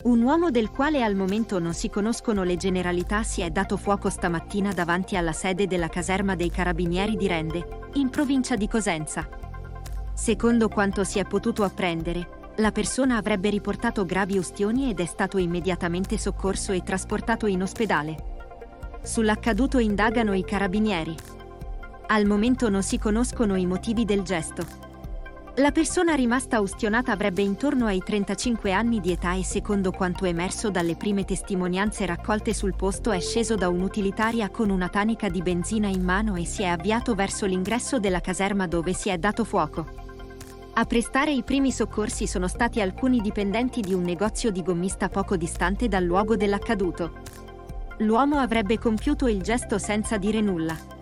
Un uomo del quale al momento non si conoscono le generalità si è dato fuoco stamattina davanti alla sede della caserma dei Carabinieri di Rende, in provincia di Cosenza. Secondo quanto si è potuto apprendere, la persona avrebbe riportato gravi ustioni ed è stato immediatamente soccorso e trasportato in ospedale. Sull'accaduto indagano i Carabinieri. Al momento non si conoscono i motivi del gesto. La persona rimasta ustionata avrebbe intorno ai 35 anni di età e secondo quanto emerso dalle prime testimonianze raccolte sul posto è sceso da un'utilitaria con una tanica di benzina in mano e si è avviato verso l'ingresso della caserma dove si è dato fuoco. A prestare i primi soccorsi sono stati alcuni dipendenti di un negozio di gommista poco distante dal luogo dell'accaduto. L'uomo avrebbe compiuto il gesto senza dire nulla.